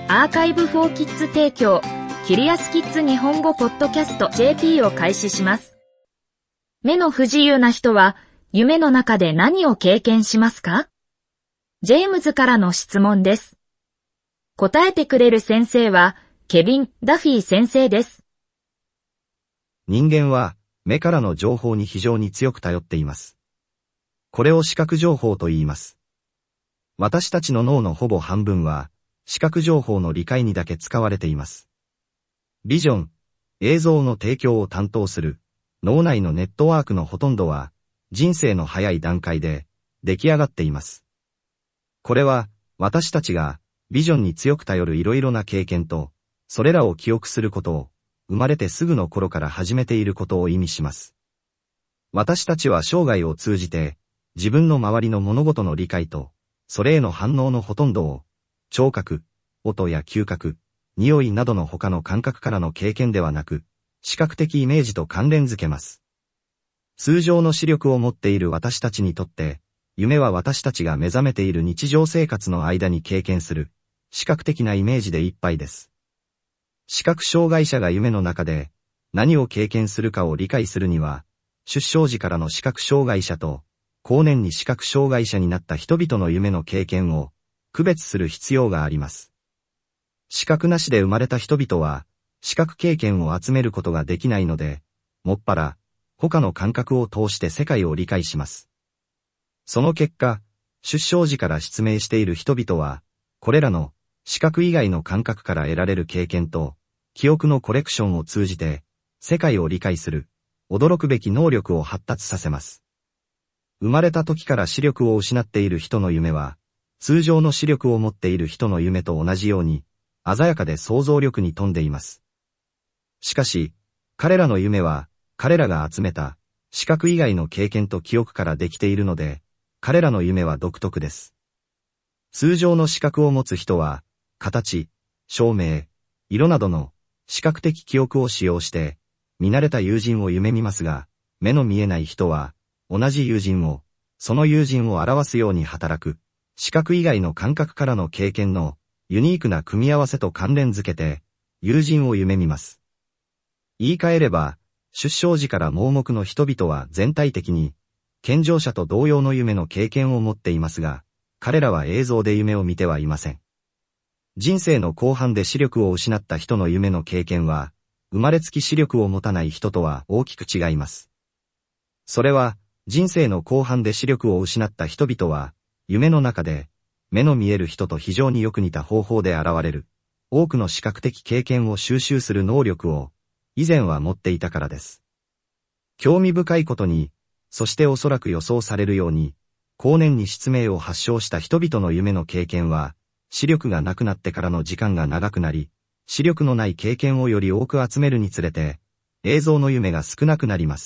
アーカイブフォーキッズ提供、キリアスキッズ日本語ポッドキャスト JP を開始します。目の不自由な人は、夢の中で何を経験しますか？ジェームズからの質問です。答えてくれる先生は、ケビン・ダフィー先生です。 人間は、目からの情報に非常に強く頼っています。これを視覚情報と言います。私たちの脳のほぼ半分は、視覚情報の理解にだけ使われています。ビジョン、映像の提供を担当する脳内のネットワークのほとんどは人生の早い段階で出来上がっています。これは私たちがビジョンに強く頼るいろいろな経験とそれらを記憶することを生まれてすぐの頃から始めていることを意味します。私たちは生涯を通じて自分の周りの物事の理解とそれへの反応のほとんどを聴覚、音や嗅覚、匂いなどの他の感覚からの経験ではなく、視覚的イメージと関連づけます。通常の視力を持っている私たちにとって、夢は私たちが目覚めている日常生活の間に経験する、視覚的なイメージでいっぱいです。視覚障害者が夢の中で何を経験するかを理解するには、出生時からの視覚障害者と、後年に視覚障害者になった人々の夢の経験を、区別する必要があります。視覚なしで生まれた人々は、視覚経験を集めることができないので、もっぱら、他の感覚を通して世界を理解します。その結果、出生時から失明している人々は、これらの視覚以外の感覚から得られる経験と、記憶のコレクションを通じて、世界を理解する、驚くべき能力を発達させます。生まれた時から視力を失っている人の夢は、通常の視力を持っている人の夢と同じように、鮮やかで想像力に富んでいます。しかし、彼らの夢は、彼らが集めた、視覚以外の経験と記憶からできているので、彼らの夢は独特です。通常の視覚を持つ人は、形、照明、色などの視覚的記憶を使用して、見慣れた友人を夢見ますが、目の見えない人は、同じ友人を、その友人を表すように働く、視覚以外の感覚からの経験のユニークな組み合わせと関連づけて、友人を夢見ます。言い換えれば、出生時から盲目の人々は全体的に、健常者と同様の夢の経験を持っていますが、彼らは映像で夢を見てはいません。人生の後半で視力を失った人の夢の経験は、生まれつき視力を持たない人とは大きく違います。それは、人生の後半で視力を失った人々は、夢の中で、目の見える人と非常によく似た方法で現れる、多くの視覚的経験を収集する能力を、以前は持っていたからです。興味深いことに、そしておそらく予想されるように、後年に失明を発症した人々の夢の経験は、視力がなくなってからの時間が長くなり、視力のない経験をより多く集めるにつれて、映像の夢が少なくなります。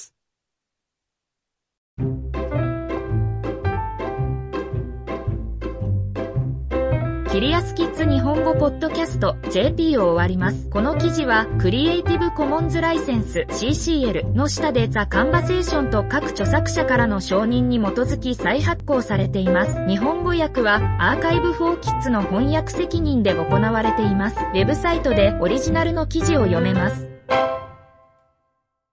キリアスキッズ日本語ポッドキャスト JP を終わります。この記事はクリエイティブコモンズライセンス CCL の下でザ・カンバセーションと各著作者からの承認に基づき再発行されています。日本語訳はアーカイブフォーキッズの翻訳責任で行われています。ウェブサイトでオリジナルの記事を読めます。